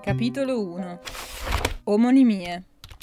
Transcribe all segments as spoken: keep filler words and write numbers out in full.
Capitolo uno. Omonimie.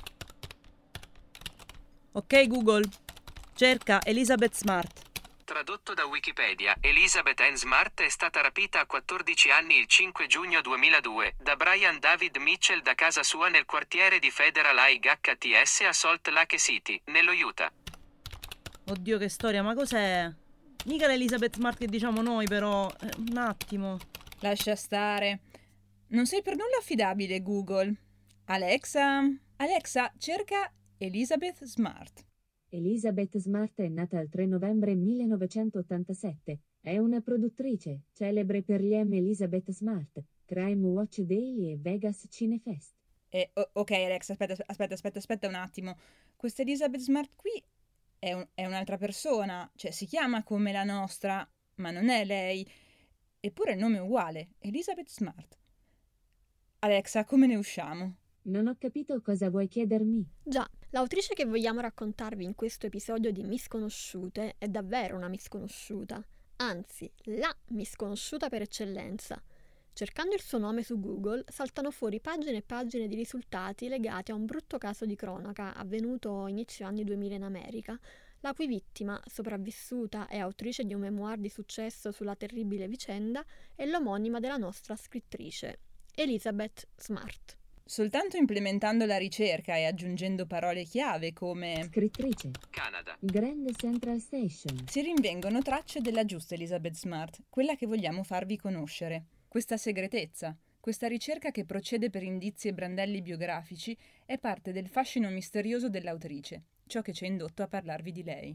Ok Google, cerca Elizabeth Smart. Tradotto da Wikipedia, Elizabeth Ann Smart è stata rapita a quattordici anni il cinque giugno duemiladue da Brian David Mitchell da casa sua nel quartiere di Federal High H T S a Salt Lake City, nello Utah. Oddio che storia, ma cos'è? Mica l'Elizabeth Smart che diciamo noi però, eh, un attimo. Lascia stare. Non sei per nulla affidabile, Google. Alexa, Alexa, cerca Elizabeth Smart. Elizabeth Smart è nata il tre novembre millenovecentottantasette. È una produttrice, celebre per gli Emmy Elizabeth Smart, Crime Watch Daily e Vegas Cinefest. Eh, o- ok, Alexa, aspetta, aspetta, aspetta, aspetta un attimo. Questa Elizabeth Smart qui è, un- è un'altra persona, cioè si chiama come la nostra, ma non è lei. Eppure il nome è uguale, Elizabeth Smart. Alexa, come ne usciamo? Non ho capito cosa vuoi chiedermi. Già, l'autrice che vogliamo raccontarvi in questo episodio di Misconosciute è davvero una misconosciuta, anzi, la misconosciuta per eccellenza. Cercando il suo nome su Google saltano fuori pagine e pagine di risultati legati a un brutto caso di cronaca avvenuto inizio anni duemila in America, la cui vittima, sopravvissuta e autrice di un memoir di successo sulla terribile vicenda, è l'omonima della nostra scrittrice, Elizabeth Smart. Soltanto implementando la ricerca e aggiungendo parole chiave come Scrittrice. Canada. Grand Central Station. si rinvengono tracce della giusta Elizabeth Smart, quella che vogliamo farvi conoscere. Questa segretezza, questa ricerca che procede per indizi e brandelli biografici è parte del fascino misterioso dell'autrice, ciò che ci ha indotto a parlarvi di lei.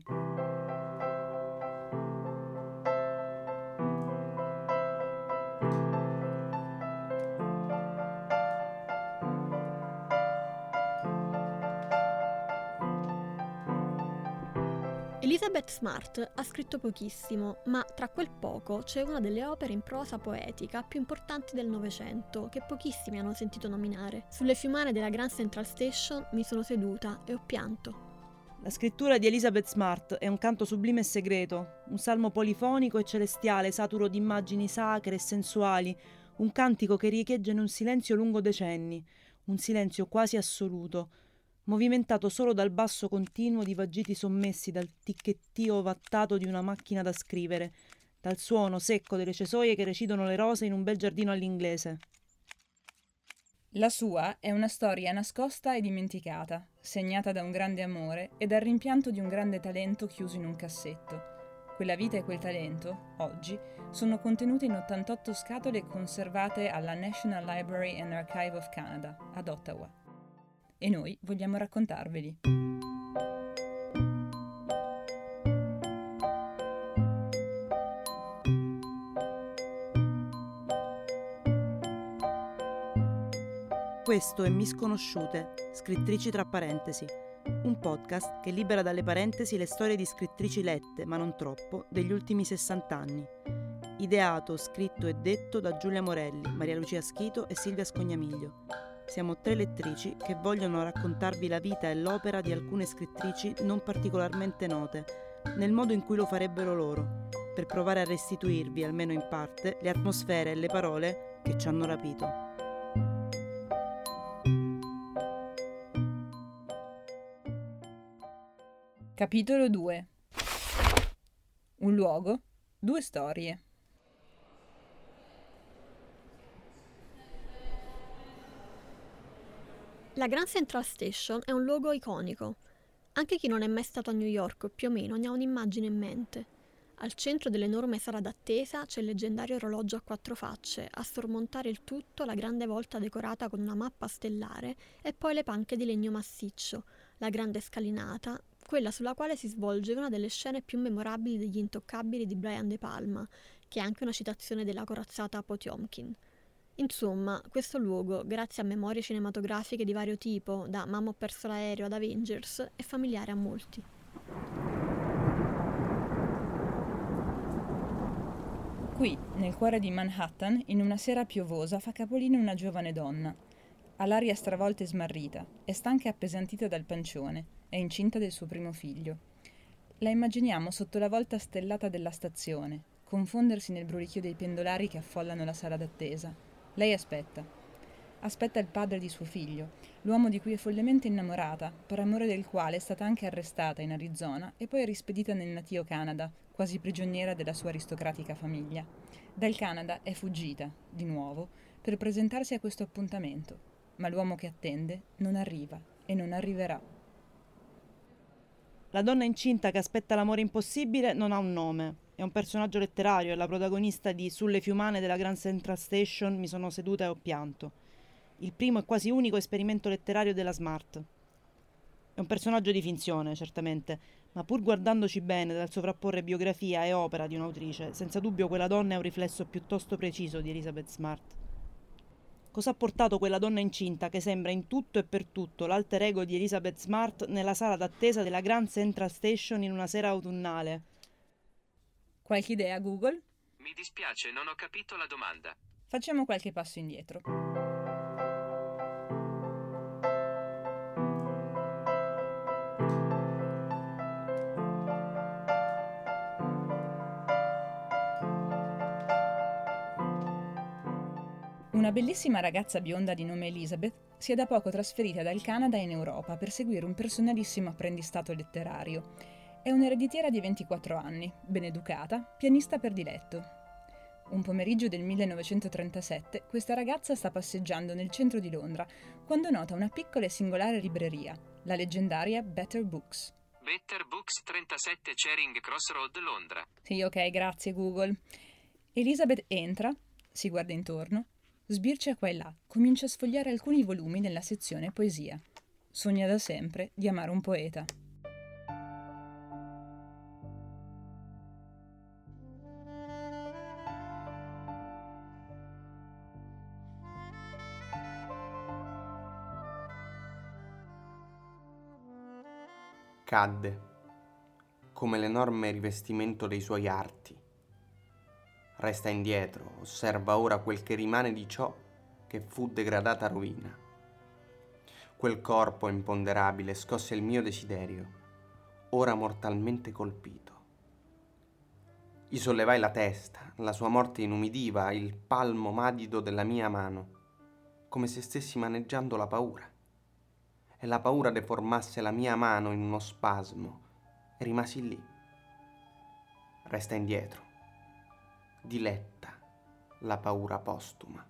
Elizabeth Smart ha scritto pochissimo, ma tra quel poco c'è una delle opere in prosa poetica più importanti del Novecento, che pochissimi hanno sentito nominare. Sulle fiumane della Grand Central Station mi sono seduta e ho pianto. La scrittura di Elizabeth Smart è un canto sublime e segreto, un salmo polifonico e celestiale saturo di immagini sacre e sensuali, un cantico che riecheggia in un silenzio lungo decenni, un silenzio quasi assoluto, movimentato solo dal basso continuo di vagiti sommessi dal ticchettio ovattato di una macchina da scrivere, dal suono secco delle cesoie che recidono le rose in un bel giardino all'inglese. La sua è una storia nascosta e dimenticata, segnata da un grande amore e dal rimpianto di un grande talento chiuso in un cassetto. Quella vita e quel talento, oggi, sono contenuti in ottantotto scatole conservate alla National Library and Archive of Canada, ad Ottawa. E noi vogliamo raccontarveli. Questo è Misconosciute, scrittrici tra parentesi, un podcast che libera dalle parentesi le storie di scrittrici lette, ma non troppo, degli ultimi sessant'anni. Ideato, scritto e detto da Giulia Morelli, Maria Lucia Schito e Silvia Scognamiglio. Siamo tre lettrici che vogliono raccontarvi la vita e l'opera di alcune scrittrici non particolarmente note, nel modo in cui lo farebbero loro, per provare a restituirvi, almeno in parte, le atmosfere e le parole che ci hanno rapito. Capitolo due. Un luogo, due storie. La Grand Central Station è un luogo iconico. Anche chi non è mai stato a New York più o meno ne ha un'immagine in mente. Al centro dell'enorme sala d'attesa c'è il leggendario orologio a quattro facce, a sormontare il tutto la grande volta decorata con una mappa stellare e poi le panche di legno massiccio, la grande scalinata, quella sulla quale si svolge una delle scene più memorabili degli Intoccabili di Brian De Palma, che è anche una citazione della corazzata Potiomkin. Insomma, questo luogo, grazie a memorie cinematografiche di vario tipo, da Mamma ho perso l'aereo ad Avengers, è familiare a molti. Qui, nel cuore di Manhattan, in una sera piovosa, fa capolino una giovane donna. Ha l'aria stravolta e smarrita, è stanca e appesantita dal pancione, è incinta del suo primo figlio. La immaginiamo sotto la volta stellata della stazione, confondersi nel brulichio dei pendolari che affollano la sala d'attesa. Lei aspetta. Aspetta il padre di suo figlio, l'uomo di cui è follemente innamorata, per amore del quale è stata anche arrestata in Arizona e poi rispedita nel natio Canada, quasi prigioniera della sua aristocratica famiglia. Dal Canada è fuggita, di nuovo, per presentarsi a questo appuntamento, ma l'uomo che attende non arriva e non arriverà. La donna incinta che aspetta l'amore impossibile non ha un nome. È un personaggio letterario, è la protagonista di Sulle fiumane della Grand Central Station, mi sono seduta e ho pianto. Il primo e quasi unico esperimento letterario della Smart. È un personaggio di finzione, certamente, ma pur guardandoci bene dal sovrapporre biografia e opera di un'autrice, senza dubbio quella donna è un riflesso piuttosto preciso di Elizabeth Smart. Cosa ha portato quella donna incinta che sembra in tutto e per tutto l'alter ego di Elizabeth Smart nella sala d'attesa della Grand Central Station in una sera autunnale? Qualche idea, Google? Mi dispiace, non ho capito la domanda. Facciamo qualche passo indietro. Una bellissima ragazza bionda di nome Elizabeth si è da poco trasferita dal Canada in Europa per seguire un personalissimo apprendistato letterario. È un'ereditiera di ventiquattro anni, ben educata, pianista per diletto. Un pomeriggio del millenovecentotrentasette questa ragazza sta passeggiando nel centro di Londra quando nota una piccola e singolare libreria, la leggendaria Better Books. Better Books trentasette Charing Cross Road, Londra. Sì, ok, grazie Google. Elizabeth entra, si guarda intorno, sbircia qua e là, comincia a sfogliare alcuni volumi nella sezione poesia. Sogna da sempre di amare un poeta. Cadde, come l'enorme rivestimento dei suoi arti. Resta indietro, osserva ora quel che rimane di ciò che fu degradata rovina. Quel corpo imponderabile scosse il mio desiderio, ora mortalmente colpito. Gli sollevai la testa, la sua morte inumidiva il palmo madido della mia mano, come se stessi maneggiando la paura. E la paura deformasse la mia mano in uno spasmo e rimasi lì. Resta indietro, diletta la paura postuma.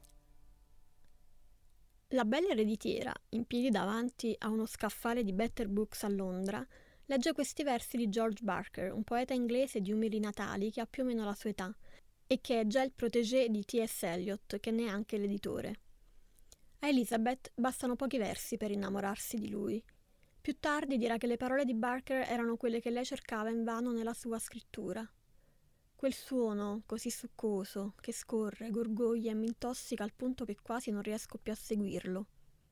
La bella ereditiera, in piedi davanti a uno scaffale di Better Books a Londra, legge questi versi di George Barker, un poeta inglese di umili natali che ha più o meno la sua età e che è già il protégé di T S Eliot, che ne è anche l'editore. A Elizabeth bastano pochi versi per innamorarsi di lui. Più tardi dirà che le parole di Barker erano quelle che lei cercava invano nella sua scrittura. Quel suono così succoso, che scorre, gorgoglia e mi intossica al punto che quasi non riesco più a seguirlo.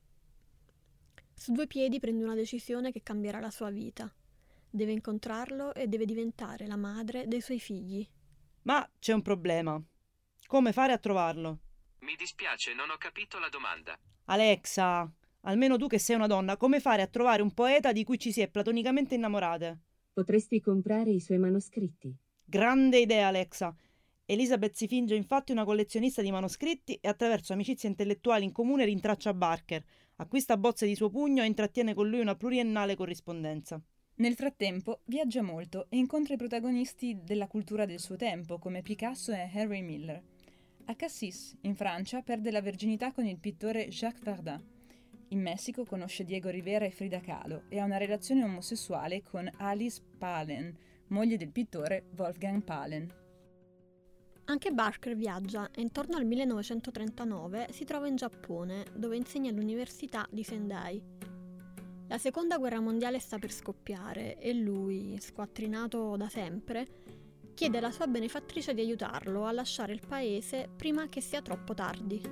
Su due piedi prende una decisione che cambierà la sua vita. Deve incontrarlo e deve diventare la madre dei suoi figli. Ma c'è un problema. Come fare a trovarlo? Mi dispiace, non ho capito la domanda. Alexa, almeno tu che sei una donna, come fare a trovare un poeta di cui ci si è platonicamente innamorate? Potresti comprare i suoi manoscritti. Grande idea, Alexa. Elizabeth si finge infatti una collezionista di manoscritti e attraverso amicizie intellettuali in comune rintraccia Barker, acquista bozze di suo pugno e intrattiene con lui una pluriennale corrispondenza. Nel frattempo viaggia molto e incontra i protagonisti della cultura del suo tempo, come Picasso e Henry Miller. A Cassis, in Francia, perde la verginità con il pittore Jacques Verdun. In Messico conosce Diego Rivera e Frida Kahlo e ha una relazione omosessuale con Alice Pahlen, moglie del pittore Wolfgang Pahlen. Anche Barker viaggia e intorno al millenovecentotrentanove si trova in Giappone, dove insegna all'università di Sendai. La seconda guerra mondiale sta per scoppiare e lui, squattrinato da sempre, chiede alla sua benefattrice di aiutarlo a lasciare il paese prima che sia troppo tardi.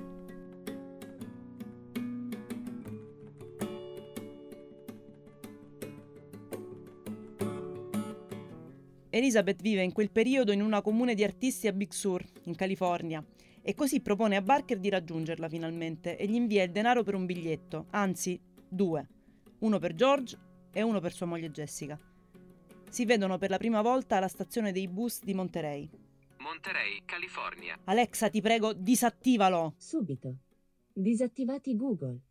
Elizabeth vive in quel periodo in una comune di artisti a Big Sur, in California, e così propone a Barker di raggiungerla finalmente e gli invia il denaro per un biglietto, anzi due, uno per George e uno per sua moglie Jessica. Si vedono per la prima volta alla stazione dei bus di Monterey. Monterey, California. Alexa, ti prego, disattivalo! Subito. Disattivati Google.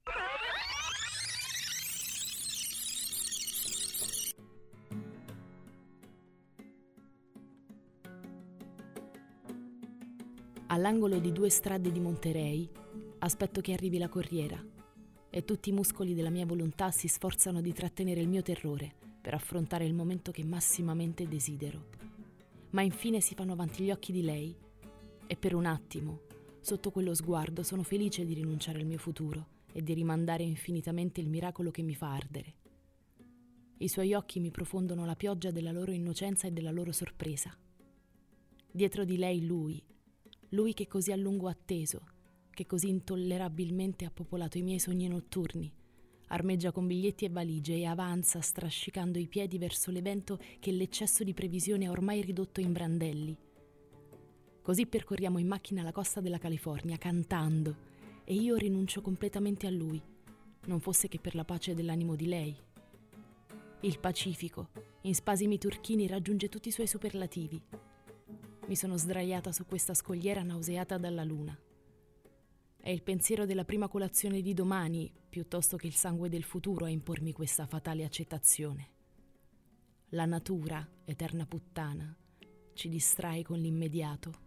All'angolo di due strade di Monterey aspetto che arrivi la corriera e tutti i muscoli della mia volontà si sforzano di trattenere il mio terrore per affrontare il momento che massimamente desidero. Ma infine si fanno avanti gli occhi di lei e per un attimo, sotto quello sguardo, sono felice di rinunciare al mio futuro e di rimandare infinitamente il miracolo che mi fa ardere. I suoi occhi mi profondono la pioggia della loro innocenza e della loro sorpresa. Dietro di lei lui, lui che così a lungo ha atteso, che così intollerabilmente ha popolato i miei sogni notturni, armeggia con biglietti e valigie e avanza strascicando i piedi verso l'evento che l'eccesso di previsione ha ormai ridotto in brandelli. Così percorriamo in macchina la costa della California, cantando, e io rinuncio completamente a lui, non fosse che per la pace dell'animo di lei. Il Pacifico, in spasimi turchini, raggiunge tutti i suoi superlativi. Mi sono sdraiata su questa scogliera nauseata dalla luna. È il pensiero della prima colazione di domani, piuttosto che il sangue del futuro, a impormi questa fatale accettazione. La natura, eterna puttana, ci distrae con l'immediato.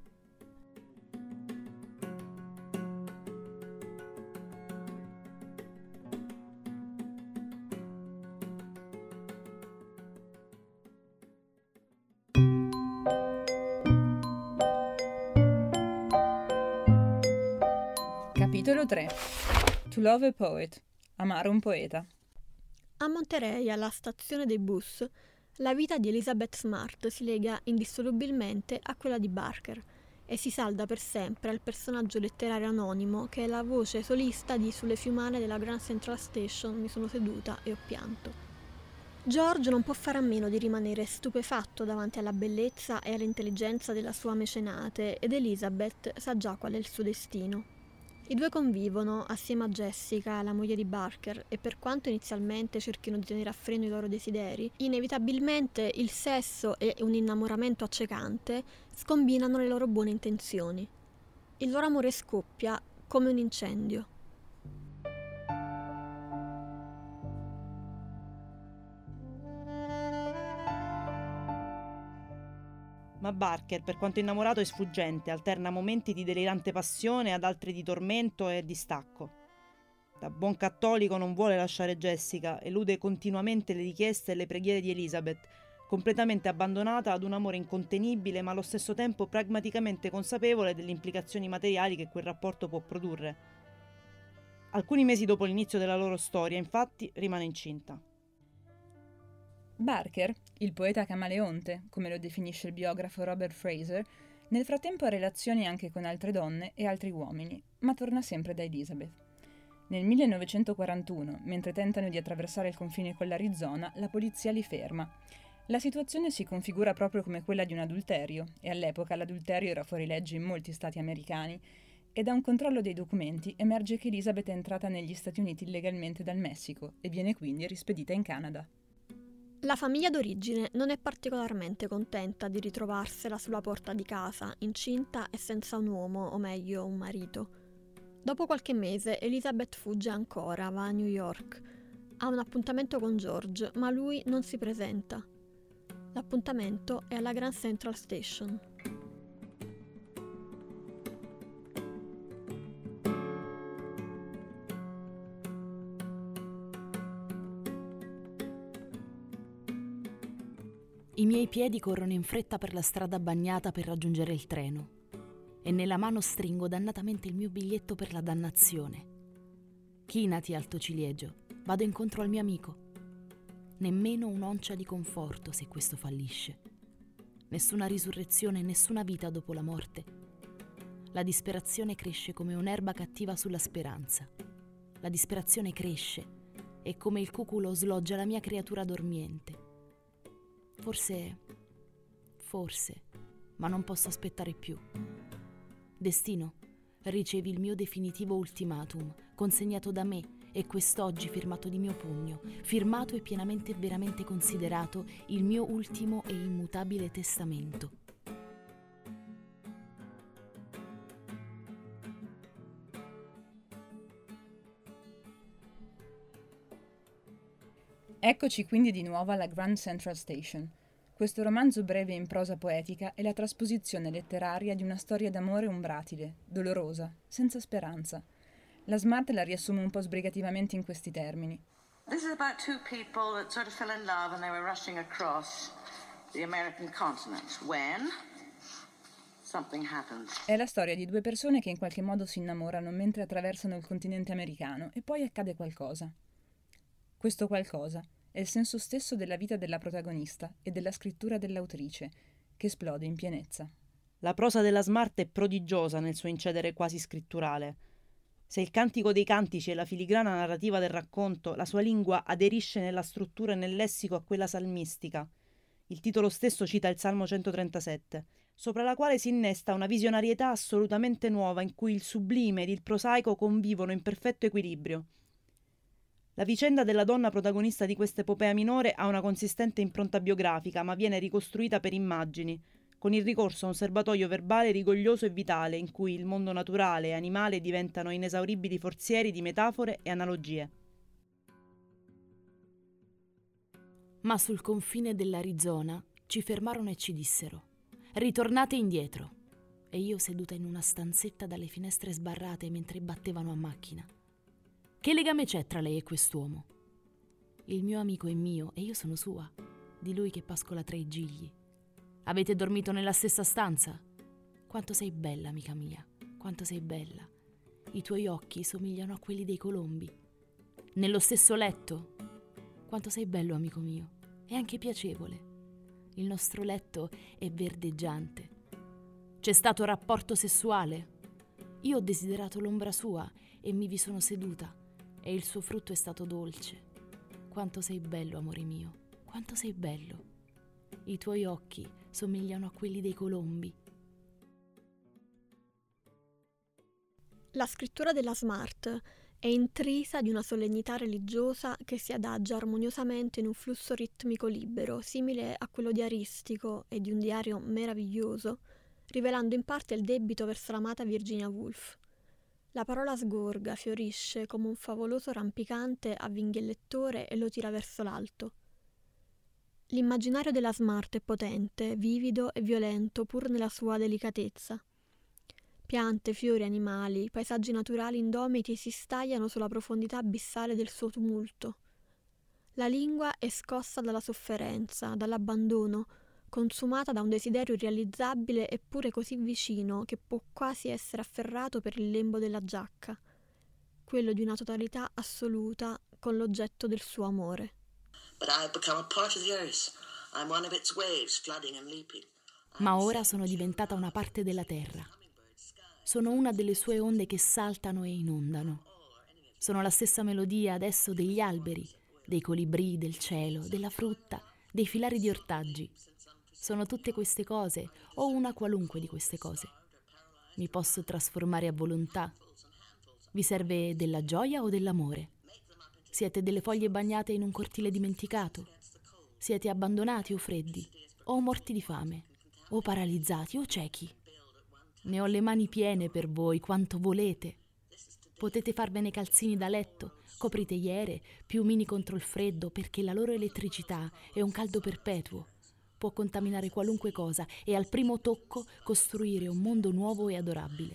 Capitolo tre. To Love a Poet. Amare un poeta. A Monterey, alla stazione dei bus, la vita di Elizabeth Smart si lega indissolubilmente a quella di Barker e si salda per sempre al personaggio letterario anonimo che è la voce solista di Sulle fiumane della Grand Central Station mi sono seduta e ho pianto. George non può fare a meno di rimanere stupefatto davanti alla bellezza e all'intelligenza della sua mecenate ed Elizabeth sa già qual è il suo destino. I due convivono assieme a Jessica, la moglie di Barker, e per quanto inizialmente cerchino di tenere a freno i loro desideri, inevitabilmente il sesso e un innamoramento accecante scombinano le loro buone intenzioni. Il loro amore scoppia come un incendio. Ma Barker, per quanto innamorato, è sfuggente, alterna momenti di delirante passione ad altri di tormento e distacco. Da buon cattolico non vuole lasciare Jessica, elude continuamente le richieste e le preghiere di Elizabeth, completamente abbandonata ad un amore incontenibile ma allo stesso tempo pragmaticamente consapevole delle implicazioni materiali che quel rapporto può produrre. Alcuni mesi dopo l'inizio della loro storia, infatti, rimane incinta. Barker, il poeta camaleonte, come lo definisce il biografo Robert Fraser, nel frattempo ha relazioni anche con altre donne e altri uomini, ma torna sempre da Elizabeth. Nel millenovecentoquarantuno, mentre tentano di attraversare il confine con l'Arizona, la polizia li ferma. La situazione si configura proprio come quella di un adulterio, e all'epoca l'adulterio era fuori legge in molti stati americani, e da un controllo dei documenti emerge che Elizabeth è entrata negli Stati Uniti illegalmente dal Messico e viene quindi rispedita in Canada. La famiglia d'origine non è particolarmente contenta di ritrovarsela sulla porta di casa, incinta e senza un uomo, o meglio un marito. Dopo qualche mese Elizabeth fugge ancora, va a New York. Ha un appuntamento con George, ma lui non si presenta. L'appuntamento è alla Grand Central Station. I miei piedi corrono in fretta per la strada bagnata per raggiungere il treno e nella mano stringo dannatamente il mio biglietto per la dannazione. Chinati, alto ciliegio, vado incontro al mio amico. Nemmeno un'oncia di conforto se questo fallisce. Nessuna risurrezione, nessuna vita dopo la morte. La disperazione cresce come un'erba cattiva sulla speranza. La disperazione cresce e come il cuculo sloggia la mia creatura dormiente. Forse, forse, ma non posso aspettare più. Destino, ricevi il mio definitivo ultimatum, consegnato da me e quest'oggi firmato di mio pugno, firmato e pienamente e veramente considerato il mio ultimo e immutabile testamento. Eccoci quindi di nuovo alla Grand Central Station. Questo romanzo breve in prosa poetica è la trasposizione letteraria di una storia d'amore umbratile, dolorosa, senza speranza. La Smart la riassume un po' sbrigativamente in questi termini. This is about two people that sort of fell in love and they were rushing across the American continent. When something happened. È la storia di due persone che in qualche modo si innamorano mentre attraversano il continente americano e poi accade qualcosa. Questo qualcosa è il senso stesso della vita della protagonista e della scrittura dell'autrice, che esplode in pienezza. La prosa della Smart è prodigiosa nel suo incedere quasi scritturale. Se il cantico dei cantici è la filigrana narrativa del racconto, la sua lingua aderisce nella struttura e nel lessico a quella salmistica. Il titolo stesso cita il Salmo centotrentasette, sopra la quale si innesta una visionarietà assolutamente nuova in cui il sublime ed il prosaico convivono in perfetto equilibrio. La vicenda della donna protagonista di questa epopea minore ha una consistente impronta biografica, ma viene ricostruita per immagini, con il ricorso a un serbatoio verbale rigoglioso e vitale, in cui il mondo naturale e animale diventano inesauribili forzieri di metafore e analogie. Ma sul confine dell'Arizona ci fermarono e ci dissero: ritornate indietro. E io seduta in una stanzetta dalle finestre sbarrate mentre battevano a macchina. Che legame c'è tra lei e quest'uomo? Il mio amico è mio e io sono sua, di lui che pascola tra i gigli. Avete dormito nella stessa stanza? Quanto sei bella, amica mia, quanto sei bella. I tuoi occhi somigliano a quelli dei colombi. Nello stesso letto? Quanto sei bello, amico mio, e anche piacevole. Il nostro letto è verdeggiante. C'è stato rapporto sessuale? Io ho desiderato l'ombra sua e mi vi sono seduta. E il suo frutto è stato dolce. Quanto sei bello, amore mio, quanto sei bello. I tuoi occhi somigliano a quelli dei colombi. La scrittura della Smart è intrisa di una solennità religiosa che si adagia armoniosamente in un flusso ritmico libero, simile a quello diaristico e di un diario meraviglioso, rivelando in parte il debito verso l'amata Virginia Woolf. La parola sgorga, fiorisce come un favoloso rampicante, avvinghia il lettore e lo tira verso l'alto. L'immaginario della Smart è potente, vivido e violento pur nella sua delicatezza. Piante, fiori, animali, paesaggi naturali indomiti si stagliano sulla profondità abissale del suo tumulto. La lingua è scossa dalla sofferenza, dall'abbandono, consumata da un desiderio irrealizzabile eppure così vicino che può quasi essere afferrato per il lembo della giacca, quello di una totalità assoluta con l'oggetto del suo amore. Ma ora sono diventata una parte della terra. Sono una delle sue onde che saltano e inondano. Sono la stessa melodia adesso degli alberi, dei colibrì, del cielo, della frutta, dei filari di ortaggi. Sono tutte queste cose, o una qualunque di queste cose. Mi posso trasformare a volontà. Vi serve della gioia o dell'amore? Siete delle foglie bagnate in un cortile dimenticato? Siete abbandonati o freddi? O morti di fame? O paralizzati o ciechi? Ne ho le mani piene per voi, quanto volete. Potete farvene calzini da letto, copritiere, piumini contro il freddo, perché la loro elettricità è un caldo perpetuo. Può contaminare qualunque cosa e al primo tocco costruire un mondo nuovo e adorabile.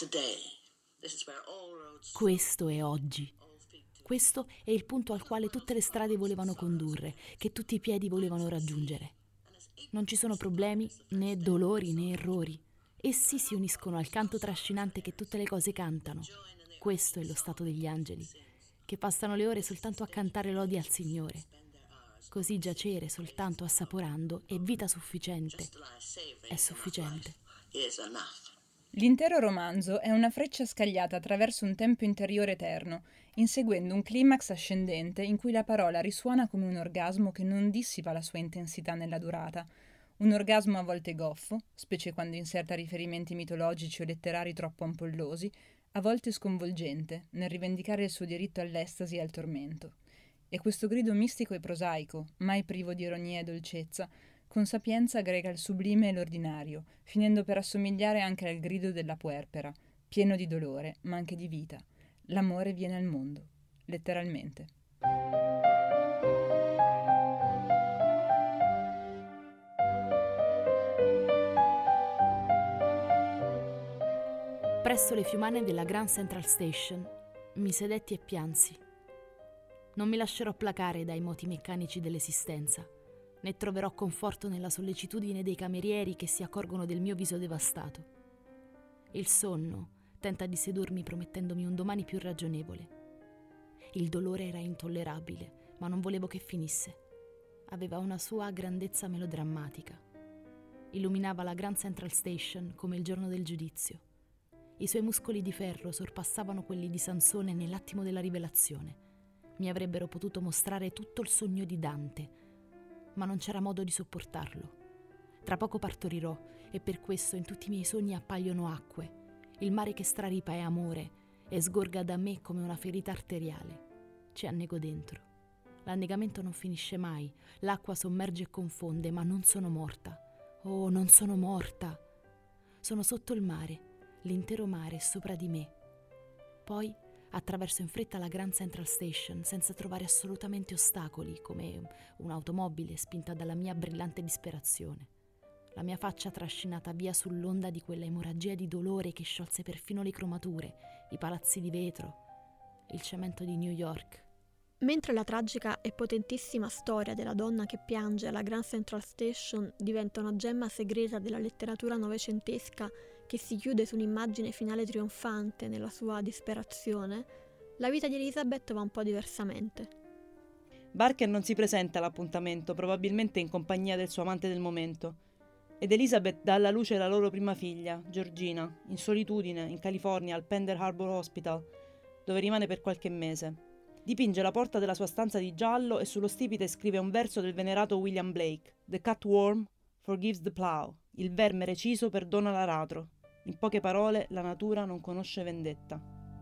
Questo è oggi. Questo è il punto al quale tutte le strade volevano condurre, che tutti i piedi volevano raggiungere. Non ci sono problemi, né dolori, né errori. Essi si uniscono al canto trascinante che tutte le cose cantano. Questo è lo stato degli angeli, che passano le ore soltanto a cantare lodi al Signore. Così giacere soltanto assaporando è vita sufficiente. È sufficiente. L'intero romanzo è una freccia scagliata attraverso un tempo interiore eterno, inseguendo un climax ascendente in cui la parola risuona come un orgasmo che non dissipa la sua intensità nella durata. Un orgasmo a volte goffo, specie quando inserta riferimenti mitologici o letterari troppo ampollosi, a volte sconvolgente, nel rivendicare il suo diritto all'estasi e al tormento. E questo grido mistico e prosaico, mai privo di ironia e dolcezza, con sapienza aggrega il sublime e l'ordinario, finendo per assomigliare anche al grido della puerpera, pieno di dolore, ma anche di vita. L'amore viene al mondo, letteralmente. Presso le fiumane della Grand Central Station mi sedetti e piansi. Non mi lascerò placare dai moti meccanici dell'esistenza, né troverò conforto nella sollecitudine dei camerieri che si accorgono del mio viso devastato. Il sonno tenta di sedurmi promettendomi un domani più ragionevole. Il dolore era intollerabile, ma non volevo che finisse. Aveva una sua grandezza melodrammatica. Illuminava la Grand Central Station come il giorno del giudizio. I suoi muscoli di ferro sorpassavano quelli di Sansone nell'attimo della rivelazione. Mi avrebbero potuto mostrare tutto il sogno di Dante, ma non c'era modo di sopportarlo. Tra poco partorirò e per questo in tutti i miei sogni appaiono acque. Il mare che straripa è amore e sgorga da me come una ferita arteriale. Ci annego dentro. L'annegamento non finisce mai. L'acqua sommerge e confonde, ma non sono morta. Oh, non sono morta. Sono sotto il mare. L'intero mare è sopra di me. Poi attraverso in fretta la Grand Central Station senza trovare assolutamente ostacoli, come un'automobile spinta dalla mia brillante disperazione. La mia faccia trascinata via sull'onda di quella emorragia di dolore che sciolse perfino le cromature, i palazzi di vetro, il cemento di New York. Mentre la tragica e potentissima storia della donna che piange alla Grand Central Station diventa una gemma segreta della letteratura novecentesca che si chiude su un'immagine finale trionfante nella sua disperazione, la vita di Elizabeth va un po' diversamente. Barker non si presenta all'appuntamento, probabilmente in compagnia del suo amante del momento, ed Elizabeth dà alla luce la loro prima figlia, Georgina, in solitudine, in California, al Pender Harbor Hospital, dove rimane per qualche mese. Dipinge la porta della sua stanza di giallo e sullo stipite scrive un verso del venerato William Blake: The cutworm forgives the plow. Il verme reciso perdona l'aratro. In poche parole, la natura non conosce vendetta.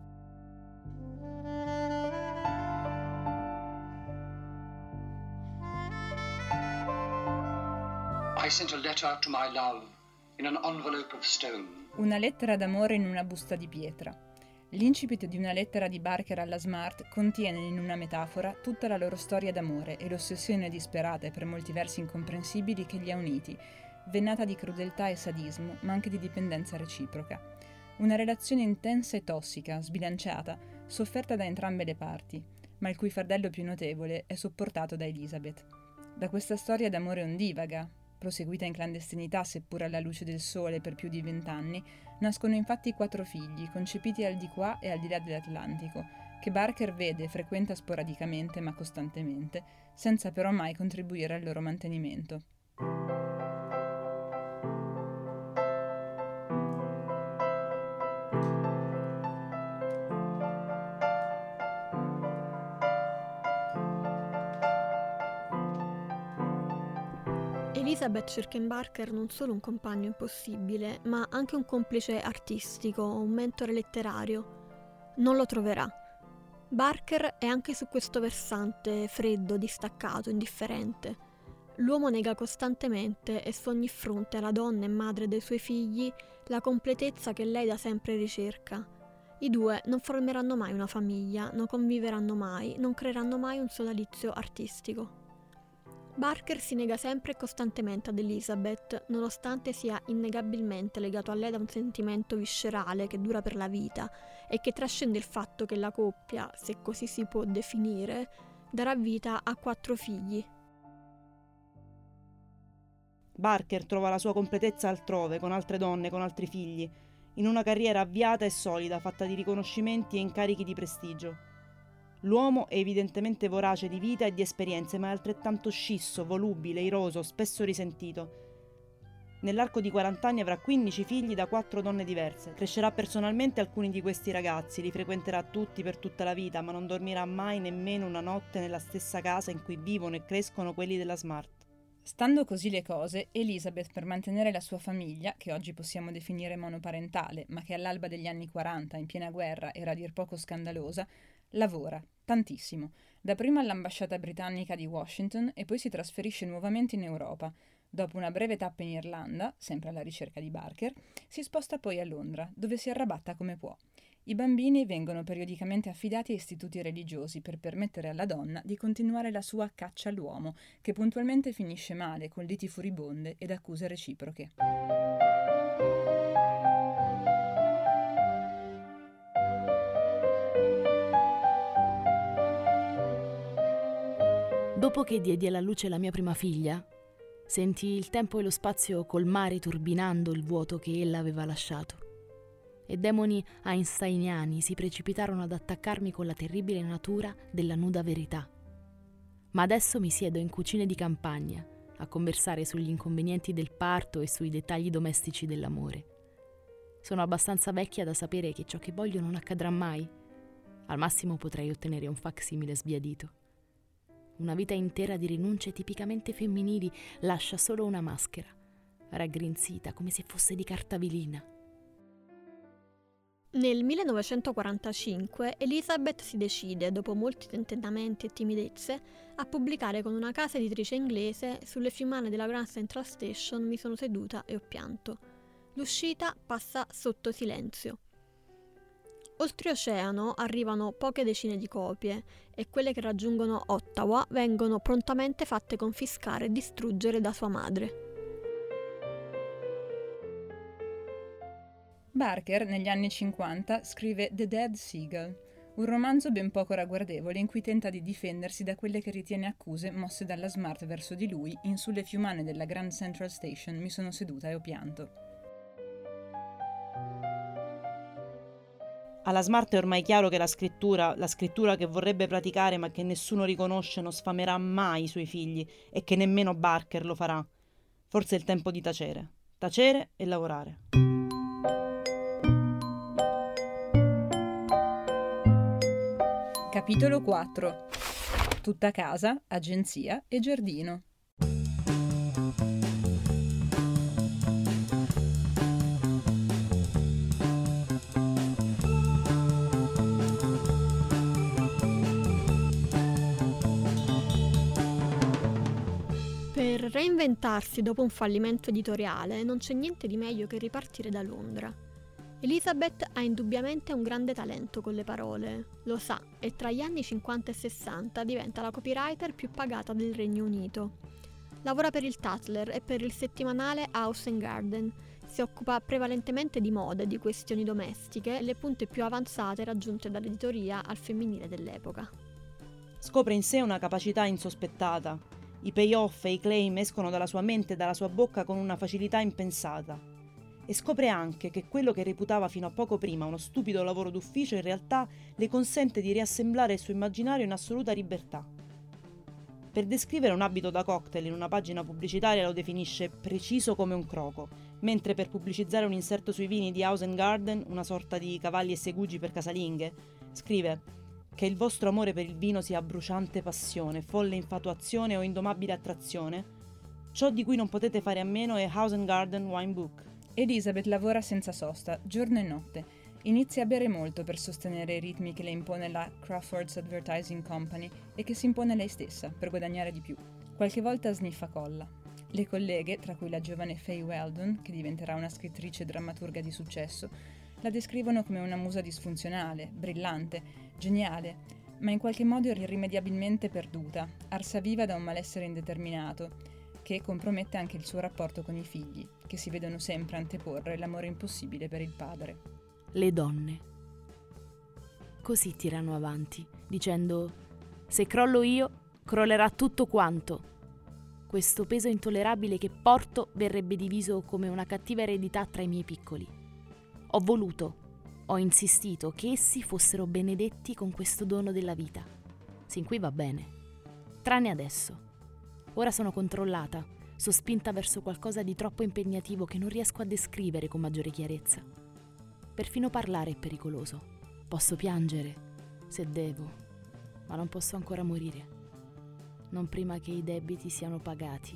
I sent a letter to my love in an envelope of stone. Una lettera d'amore in una busta di pietra. L'incipit di una lettera di Barker alla Smart contiene in una metafora tutta la loro storia d'amore e l'ossessione disperata e per molti versi incomprensibili che li ha uniti, vennata di crudeltà e sadismo, ma anche di dipendenza reciproca. Una relazione intensa e tossica, sbilanciata, sofferta da entrambe le parti, ma il cui fardello più notevole è sopportato da Elizabeth. Da questa storia d'amore ondivaga, proseguita in clandestinità seppur alla luce del sole per più di vent'anni, nascono infatti quattro figli, concepiti al di qua e al di là dell'Atlantico, che Barker vede e frequenta sporadicamente ma costantemente, senza però mai contribuire al loro mantenimento. Elizabeth cerca in Barker non solo un compagno impossibile, ma anche un complice artistico, un mentore letterario. Non lo troverà. Barker è anche su questo versante freddo, distaccato, indifferente. L'uomo nega costantemente e su ogni fronte alla donna e madre dei suoi figli la completezza che lei da sempre ricerca. I due non formeranno mai una famiglia, non conviveranno mai, non creeranno mai un sodalizio artistico. Barker si nega sempre e costantemente ad Elizabeth, nonostante sia innegabilmente legato a lei da un sentimento viscerale che dura per la vita e che trascende il fatto che la coppia, se così si può definire, darà vita a quattro figli. Barker trova la sua completezza altrove, con altre donne, con altri figli, in una carriera avviata e solida, fatta di riconoscimenti e incarichi di prestigio. L'uomo è evidentemente vorace di vita e di esperienze, ma è altrettanto scisso, volubile, iroso, spesso risentito. Nell'arco di quaranta anni avrà quindici figli da quattro donne diverse. Crescerà personalmente alcuni di questi ragazzi, li frequenterà tutti per tutta la vita, ma non dormirà mai nemmeno una notte nella stessa casa in cui vivono e crescono quelli della Smart. Stando così le cose, Elizabeth, per mantenere la sua famiglia, che oggi possiamo definire monoparentale, ma che all'alba degli anni quaranta, in piena guerra, era a dir poco scandalosa, lavora, tantissimo, dapprima all'ambasciata britannica di Washington e poi si trasferisce nuovamente in Europa. Dopo una breve tappa in Irlanda, sempre alla ricerca di Barker, si sposta poi a Londra, dove si arrabatta come può. I bambini vengono periodicamente affidati a istituti religiosi per permettere alla donna di continuare la sua caccia all'uomo, che puntualmente finisce male, con liti furibonde ed accuse reciproche. Dopo che diedi alla luce la mia prima figlia, sentii il tempo e lo spazio colmare turbinando il vuoto che ella aveva lasciato. E demoni einsteiniani si precipitarono ad attaccarmi con la terribile natura della nuda verità. Ma adesso mi siedo in cucine di campagna a conversare sugli inconvenienti del parto e sui dettagli domestici dell'amore. Sono abbastanza vecchia da sapere che ciò che voglio non accadrà mai. Al massimo potrei ottenere un facsimile sbiadito. Una vita intera di rinunce tipicamente femminili lascia solo una maschera, raggrinzita come se fosse di carta velina. Nel millenovecentoquarantacinque Elizabeth si decide, dopo molti tentennamenti e timidezze, a pubblicare con una casa editrice inglese Sulle fiumane della Grand Central Station mi sono seduta e ho pianto. L'uscita passa sotto silenzio. Oltreoceano arrivano poche decine di copie e quelle che raggiungono Ottawa vengono prontamente fatte confiscare e distruggere da sua madre. Barker, negli anni cinquanta, scrive The Dead Seagull, un romanzo ben poco ragguardevole in cui tenta di difendersi da quelle che ritiene accuse mosse dalla Smart verso di lui in Sulle fiumane della Grand Central Station mi sono seduta e ho pianto. Alla Smart è ormai chiaro che la scrittura, la scrittura che vorrebbe praticare ma che nessuno riconosce, non sfamerà mai i suoi figli e che nemmeno Barker lo farà. Forse è il tempo di tacere. Tacere e lavorare. Capitolo quattro. Tutta casa, agenzia e giardino. Per reinventarsi dopo un fallimento editoriale non c'è niente di meglio che ripartire da Londra. Elizabeth ha indubbiamente un grande talento con le parole, lo sa, e tra gli anni cinquanta e sessanta diventa la copywriter più pagata del Regno Unito. Lavora per il Tatler e per il settimanale House and Garden. Si occupa prevalentemente di moda e di questioni domestiche, le punte più avanzate raggiunte dall'editoria al femminile dell'epoca. Scopre in sé una capacità insospettata. I payoff e i claim escono dalla sua mente e dalla sua bocca con una facilità impensata. E scopre anche che quello che reputava fino a poco prima uno stupido lavoro d'ufficio in realtà le consente di riassemblare il suo immaginario in assoluta libertà. Per descrivere un abito da cocktail in una pagina pubblicitaria lo definisce preciso come un croco, mentre per pubblicizzare un inserto sui vini di House and Garden, una sorta di cavalli e segugi per casalinghe, scrive che il vostro amore per il vino sia bruciante passione, folle infatuazione o indomabile attrazione. Ciò di cui non potete fare a meno è House and Garden Wine Book. Elizabeth lavora senza sosta, giorno e notte. Inizia a bere molto per sostenere i ritmi che le impone la Crawford's Advertising Company e che si impone lei stessa per guadagnare di più. Qualche volta sniffa colla. Le colleghe, tra cui la giovane Faye Weldon, che diventerà una scrittrice drammaturga di successo, la descrivono come una musa disfunzionale, brillante, geniale, ma in qualche modo irrimediabilmente perduta, arsa viva da un malessere indeterminato, che compromette anche il suo rapporto con i figli, che si vedono sempre anteporre l'amore impossibile per il padre. Le donne. Così tirano avanti, dicendo: se crollo io, crollerà tutto quanto. Questo peso intollerabile che porto verrebbe diviso come una cattiva eredità tra i miei piccoli. Ho voluto, ho insistito che essi fossero benedetti con questo dono della vita. Sin qui va bene. Tranne adesso. Ora sono controllata, sospinta verso qualcosa di troppo impegnativo che non riesco a descrivere con maggiore chiarezza. Perfino parlare è pericoloso. Posso piangere, se devo, ma non posso ancora morire. Non prima che i debiti siano pagati.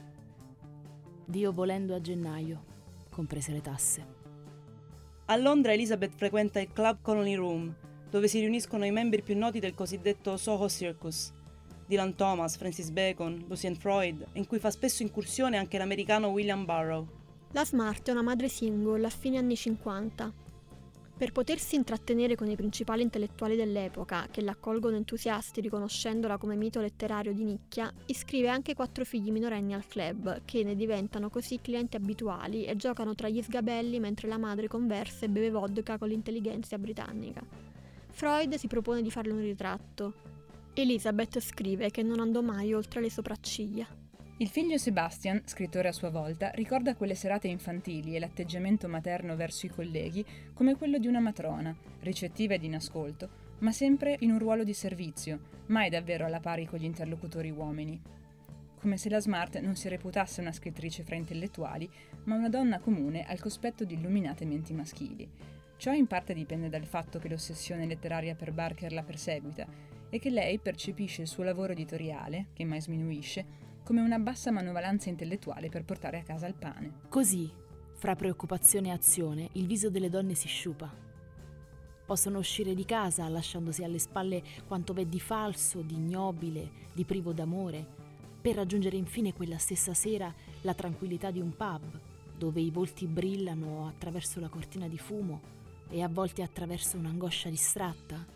Dio volendo a gennaio, comprese le tasse. A Londra Elizabeth frequenta il Club Colony Room, dove si riuniscono i membri più noti del cosiddetto Soho Circus. Dylan Thomas, Francis Bacon, Lucian Freud, in cui fa spesso incursione anche l'americano William Burroughs. La Smart è una madre single a fine anni cinquanta. Per potersi intrattenere con i principali intellettuali dell'epoca, che l'accolgono entusiasti riconoscendola come mito letterario di nicchia, iscrive anche quattro figli minorenni al club, che ne diventano così clienti abituali e giocano tra gli sgabelli mentre la madre conversa e beve vodka con l'intelligenza britannica. Freud si propone di farle un ritratto. Elizabeth scrive che non andò mai oltre le sopracciglia. Il figlio Sebastian, scrittore a sua volta, ricorda quelle serate infantili e l'atteggiamento materno verso i colleghi come quello di una matrona, ricettiva ed in ascolto, ma sempre in un ruolo di servizio, mai davvero alla pari con gli interlocutori uomini. Come se la Smart non si reputasse una scrittrice fra intellettuali, ma una donna comune al cospetto di illuminate menti maschili. Ciò in parte dipende dal fatto che l'ossessione letteraria per Barker la perseguita e che lei percepisce il suo lavoro editoriale, che mai sminuisce, come una bassa manovalanza intellettuale per portare a casa il pane. Così, fra preoccupazione e azione, il viso delle donne si sciupa. Possono uscire di casa lasciandosi alle spalle quanto v'è di falso, di ignobile, di privo d'amore, per raggiungere infine quella stessa sera la tranquillità di un pub, dove i volti brillano attraverso la cortina di fumo e a volte attraverso un'angoscia distratta.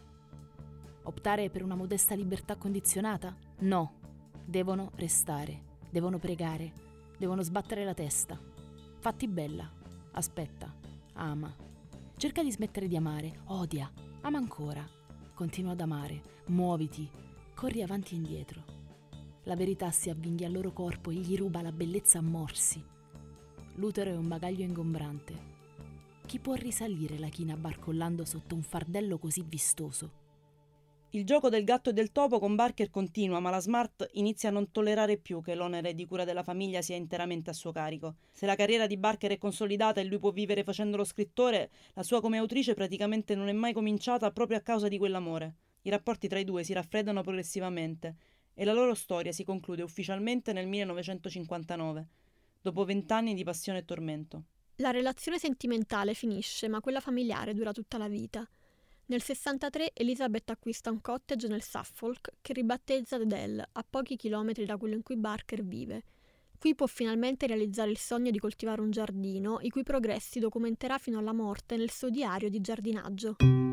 Optare per una modesta libertà condizionata? No. Devono restare, devono pregare, devono sbattere la testa. Fatti bella, aspetta, ama. Cerca di smettere di amare, odia, ama ancora. Continua ad amare, muoviti, corri avanti e indietro. La verità si avvinghia al loro corpo e gli ruba la bellezza a morsi. L'utero è un bagaglio ingombrante. Chi può risalire la china barcollando sotto un fardello così vistoso? Il gioco del gatto e del topo con Barker continua, ma la Smart inizia a non tollerare più che l'onere di cura della famiglia sia interamente a suo carico. Se la carriera di Barker è consolidata e lui può vivere facendo lo scrittore, la sua come autrice praticamente non è mai cominciata proprio a causa di quell'amore. I rapporti tra i due si raffreddano progressivamente e la loro storia si conclude ufficialmente nel millenovecentocinquantanove, dopo vent'anni di passione e tormento. La relazione sentimentale finisce, ma quella familiare dura tutta la vita. Nel sessantatré Elizabeth acquista un cottage nel Suffolk che ribattezza The Dell, a pochi chilometri da quello in cui Barker vive. Qui può finalmente realizzare il sogno di coltivare un giardino, i cui progressi documenterà fino alla morte nel suo diario di giardinaggio.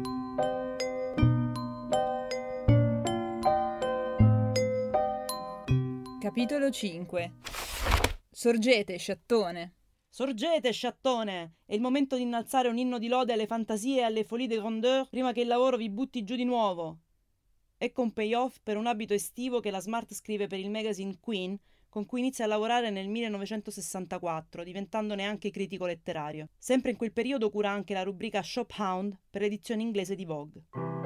Capitolo cinque. Sorgete, sciattone! Sorgete, sciattone! È il momento di innalzare un inno di lode alle fantasie e alle folie de grandeur prima che il lavoro vi butti giù di nuovo. Ecco un payoff per un abito estivo che la Smart scrive per il magazine Queen, con cui inizia a lavorare nel millenovecentosessantaquattro, diventandone anche critico letterario. Sempre in quel periodo cura anche la rubrica Shop Hound per l'edizione inglese di Vogue.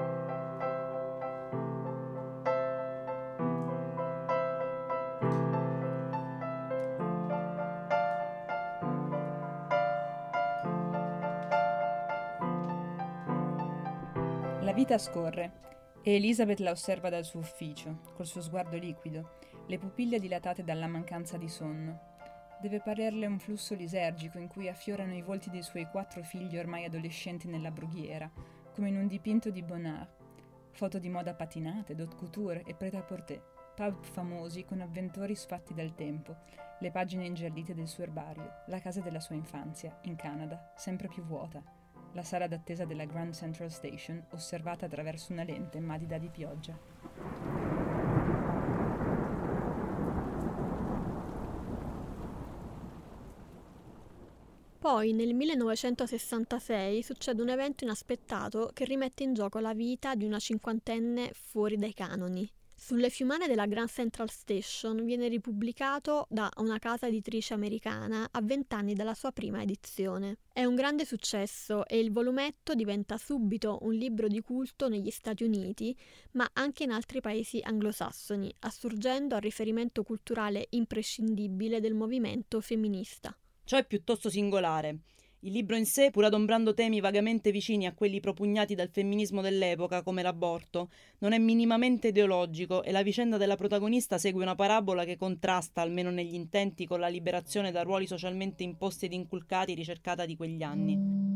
La vita scorre e Elizabeth la osserva dal suo ufficio, col suo sguardo liquido, le pupille dilatate dalla mancanza di sonno. Deve parerle un flusso lisergico in cui affiorano i volti dei suoi quattro figli ormai adolescenti nella brughiera, come in un dipinto di Bonnard. Foto di moda patinate, d'haute couture e prêt-à-porter, pub famosi con avventori sfatti dal tempo, le pagine ingiallite del suo erbario, la casa della sua infanzia, in Canada, sempre più vuota. La sala d'attesa della Grand Central Station, osservata attraverso una lente madida di pioggia. Poi, nel millenovecentosessantasei, succede un evento inaspettato che rimette in gioco la vita di una cinquantenne fuori dai canoni. Sulle fiumane della Grand Central Station viene ripubblicato da una casa editrice americana a vent'anni dalla sua prima edizione. È un grande successo e il volumetto diventa subito un libro di culto negli Stati Uniti, ma anche in altri paesi anglosassoni, assurgendo al riferimento culturale imprescindibile del movimento femminista. Ciò è piuttosto singolare. Il libro in sé, pur adombrando temi vagamente vicini a quelli propugnati dal femminismo dell'epoca, come l'aborto, non è minimamente ideologico e la vicenda della protagonista segue una parabola che contrasta, almeno negli intenti, con la liberazione da ruoli socialmente imposti ed inculcati ricercata di quegli anni.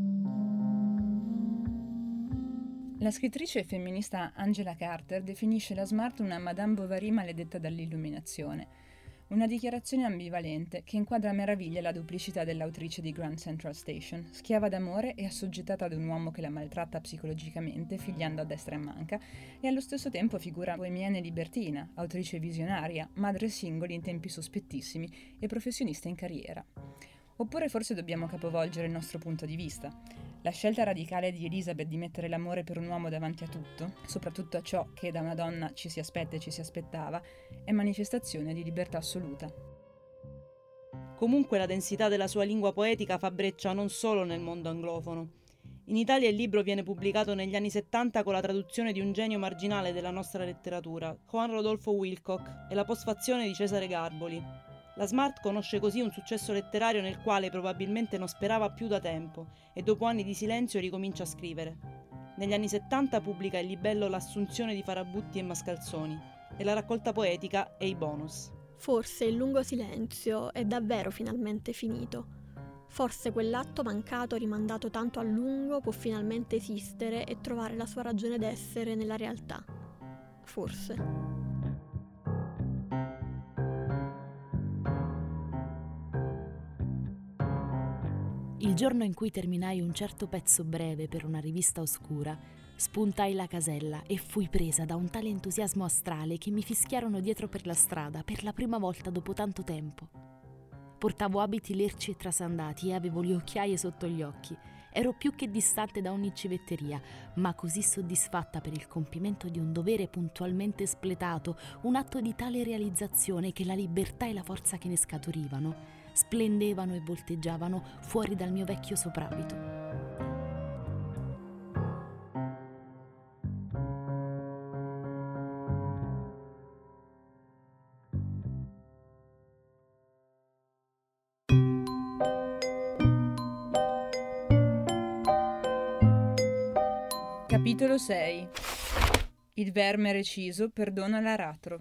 La scrittrice femminista Angela Carter definisce la Smart una Madame Bovary maledetta dall'illuminazione. Una dichiarazione ambivalente che inquadra a meraviglia la duplicità dell'autrice di Grand Central Station, schiava d'amore e assoggettata ad un uomo che la maltratta psicologicamente, figliando a destra e manca, e allo stesso tempo figura bohemiana e libertina, autrice visionaria, madre singoli in tempi sospettissimi e professionista in carriera. Oppure forse dobbiamo capovolgere il nostro punto di vista. La scelta radicale di Elizabeth di mettere l'amore per un uomo davanti a tutto, soprattutto a ciò che da una donna ci si aspetta e ci si aspettava, è manifestazione di libertà assoluta. Comunque la densità della sua lingua poetica fa breccia non solo nel mondo anglofono. In Italia il libro viene pubblicato negli anni settanta con la traduzione di un genio marginale della nostra letteratura, Juan Rodolfo Wilcock, e la postfazione di Cesare Garboli. La Smart conosce così un successo letterario nel quale probabilmente non sperava più da tempo e dopo anni di silenzio ricomincia a scrivere. Negli anni settanta pubblica il libello L'Assunzione di Farabutti e Mascalzoni e la raccolta poetica E i bonus. Forse il lungo silenzio è davvero finalmente finito. Forse quell'atto mancato rimandato tanto a lungo può finalmente esistere e trovare la sua ragione d'essere nella realtà. Forse. Il giorno in cui terminai un certo pezzo breve per una rivista oscura, spuntai la casella e fui presa da un tale entusiasmo astrale che mi fischiarono dietro per la strada per la prima volta dopo tanto tempo. Portavo abiti lerci e trasandati e avevo le occhiaie sotto gli occhi. Ero più che distante da ogni civetteria, ma così soddisfatta per il compimento di un dovere puntualmente espletato, un atto di tale realizzazione che la libertà e la forza che ne scaturivano splendevano e volteggiavano fuori dal mio vecchio soprabito. Capitolo sei. Il verme reciso perdona l'aratro.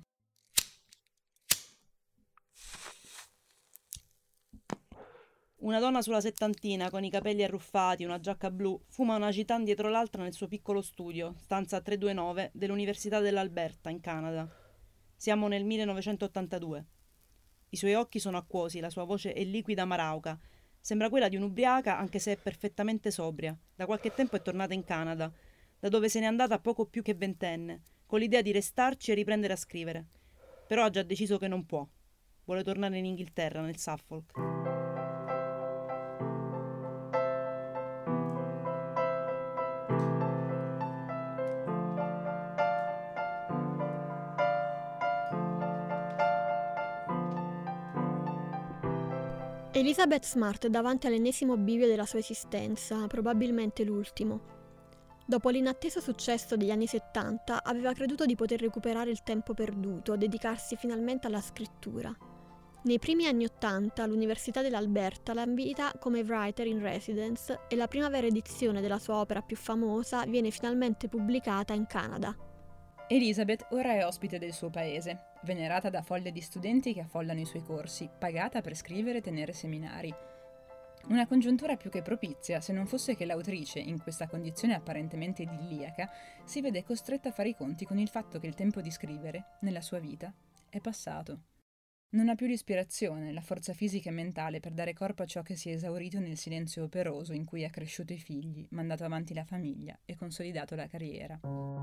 Una donna sulla settantina, con i capelli arruffati, una giacca blu, fuma una Citan dietro l'altra nel suo piccolo studio, stanza trecentoventinove, dell'Università dell'Alberta, in Canada. Siamo nel millenovecentottantadue. I suoi occhi sono acquosi, la sua voce è liquida ma rauca. Sembra quella di un'ubriaca, anche se è perfettamente sobria. Da qualche tempo è tornata in Canada, da dove se n'è andata poco più che ventenne, con l'idea di restarci e riprendere a scrivere. Però ha già deciso che non può. Vuole tornare in Inghilterra, nel Suffolk. Elizabeth Smart è davanti all'ennesimo bivio della sua esistenza, probabilmente l'ultimo. Dopo l'inatteso successo degli anni settanta, aveva creduto di poter recuperare il tempo perduto, dedicarsi finalmente alla scrittura. Nei primi anni ottanta, l'Università dell'Alberta la invita come writer in residence e la prima vera edizione della sua opera più famosa viene finalmente pubblicata in Canada. Elizabeth ora è ospite del suo paese, venerata da folle di studenti che affollano i suoi corsi, pagata per scrivere e tenere seminari. Una congiuntura più che propizia, se non fosse che l'autrice, in questa condizione apparentemente idilliaca, si vede costretta a fare i conti con il fatto che il tempo di scrivere, nella sua vita, è passato. Non ha più l'ispirazione, la forza fisica e mentale per dare corpo a ciò che si è esaurito nel silenzio operoso in cui ha cresciuto i figli, mandato avanti la famiglia e consolidato la carriera.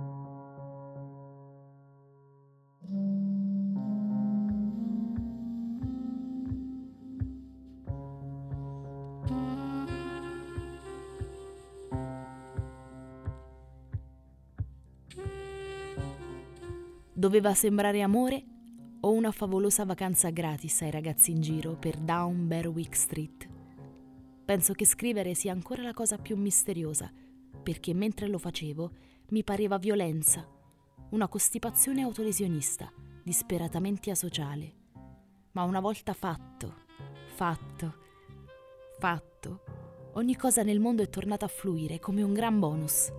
Doveva sembrare amore o una favolosa vacanza gratis ai ragazzi in giro per Down Berwick Street? Penso che scrivere sia ancora la cosa più misteriosa, perché mentre lo facevo mi pareva violenza, una costipazione autolesionista, disperatamente asociale. Ma una volta fatto, fatto, fatto, ogni cosa nel mondo è tornata a fluire come un gran bonus.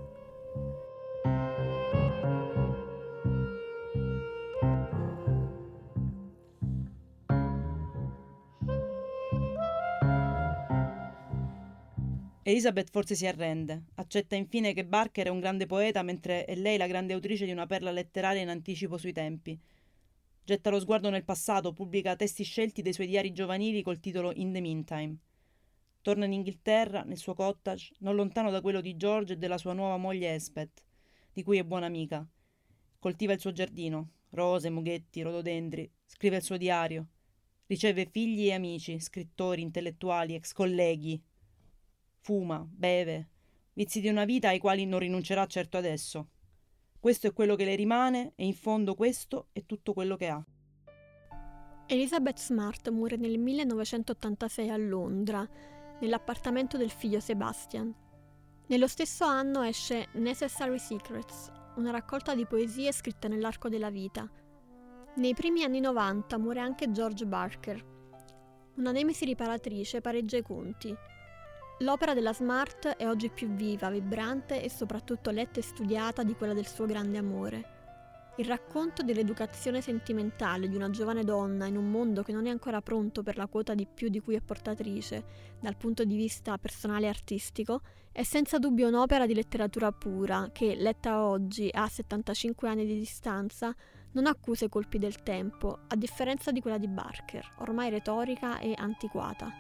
Elizabeth forse si arrende, accetta infine che Barker è un grande poeta mentre è lei la grande autrice di una perla letteraria in anticipo sui tempi. Getta lo sguardo nel passato, pubblica testi scelti dei suoi diari giovanili col titolo In the Meantime. Torna in Inghilterra, nel suo cottage, non lontano da quello di George e della sua nuova moglie Elspeth, di cui è buona amica. Coltiva il suo giardino, rose, mughetti, rododendri, scrive il suo diario. Riceve figli e amici, scrittori, intellettuali, ex colleghi. Fuma, beve, vizi di una vita ai quali non rinuncerà certo adesso. Questo è quello che le rimane e in fondo questo è tutto quello che ha. Elizabeth Smart muore nel millenovecentottantasei a Londra, nell'appartamento del figlio Sebastian. Nello stesso anno esce Necessary Secrets, una raccolta di poesie scritte nell'arco della vita. Nei primi anni novanta muore anche George Barker. Una nemesi riparatrice pareggia i conti. L'opera della Smart è oggi più viva, vibrante e soprattutto letta e studiata di quella del suo grande amore. Il racconto dell'educazione sentimentale di una giovane donna in un mondo che non è ancora pronto per la quota di più di cui è portatrice, dal punto di vista personale e artistico, è senza dubbio un'opera di letteratura pura che, letta oggi a settantacinque anni di distanza, non accusa i colpi del tempo, a differenza di quella di Barker, ormai retorica e antiquata.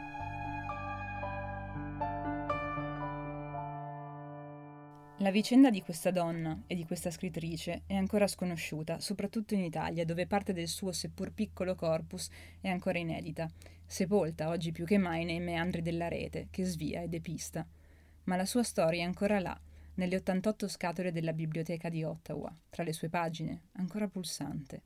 La vicenda di questa donna e di questa scrittrice è ancora sconosciuta, soprattutto in Italia, dove parte del suo seppur piccolo corpus è ancora inedita, sepolta oggi più che mai nei meandri della rete, che svia e depista. Ma la sua storia è ancora là, nelle ottantotto scatole della biblioteca di Ottawa, tra le sue pagine, ancora pulsante.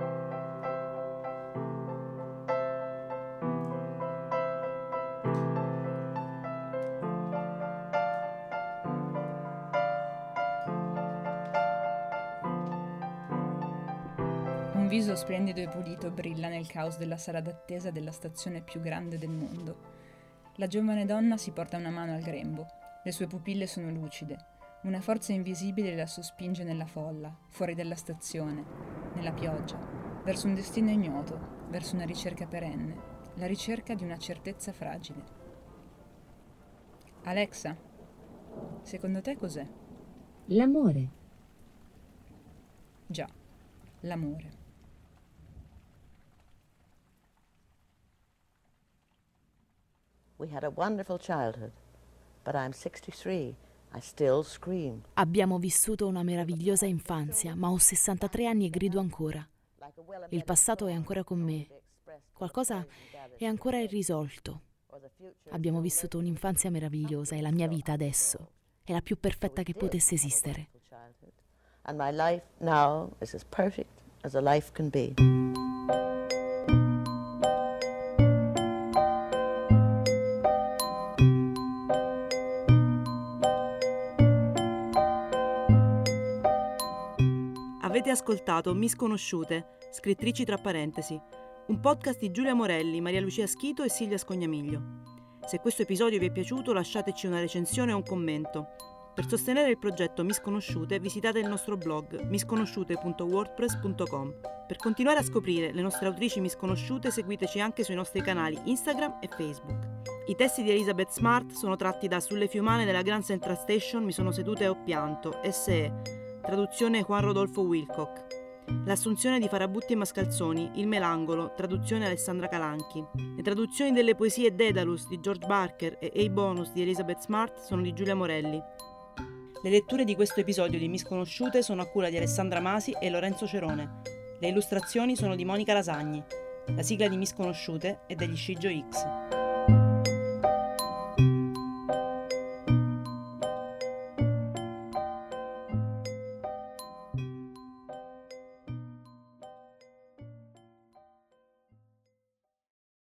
Un viso splendido e pulito brilla nel caos della sala d'attesa della stazione più grande del mondo. La giovane donna si porta una mano al grembo, le sue pupille sono lucide, una forza invisibile la sospinge nella folla, fuori dalla stazione, nella pioggia, verso un destino ignoto, verso una ricerca perenne, la ricerca di una certezza fragile. Alexa, secondo te cos'è? L'amore. Già, l'amore. We had a wonderful childhood, but I'm sixty-three. I still scream. Abbiamo vissuto una meravigliosa infanzia, ma ho sessantatré anni e grido ancora. Il passato è ancora con me. Qualcosa è ancora irrisolto. Abbiamo vissuto un'infanzia meravigliosa e la mia vita adesso è la più perfetta che potesse esistere. And my life now is as perfect as a life can be. Avete ascoltato Misconosciute, scrittrici tra parentesi, un podcast di Giulia Morelli, Maria Lucia Schito e Silvia Scognamiglio. Se questo episodio vi è piaciuto lasciateci una recensione o un commento. Per sostenere il progetto Misconosciute visitate il nostro blog misconosciute punto wordpress punto com. Per continuare a scoprire le nostre autrici misconosciute seguiteci anche sui nostri canali Instagram e Facebook. I testi di Elizabeth Smart sono tratti da Sulle fiumane della Grand Central Station mi sono seduta e ho pianto, S E, traduzione Juan Rodolfo Wilcock. L'assunzione di Farabutti e Mascalzoni, Il Melangolo, traduzione Alessandra Calanchi. Le traduzioni delle poesie Daedalus di George Barker e A Bonus di Elizabeth Smart sono di Giulia Morelli. Le letture di questo episodio di Misconosciute sono a cura di Alessandra Masi e Lorenzo Cerone. Le illustrazioni sono di Monica Lasagni. La sigla di Misconosciute è degli Scigio X.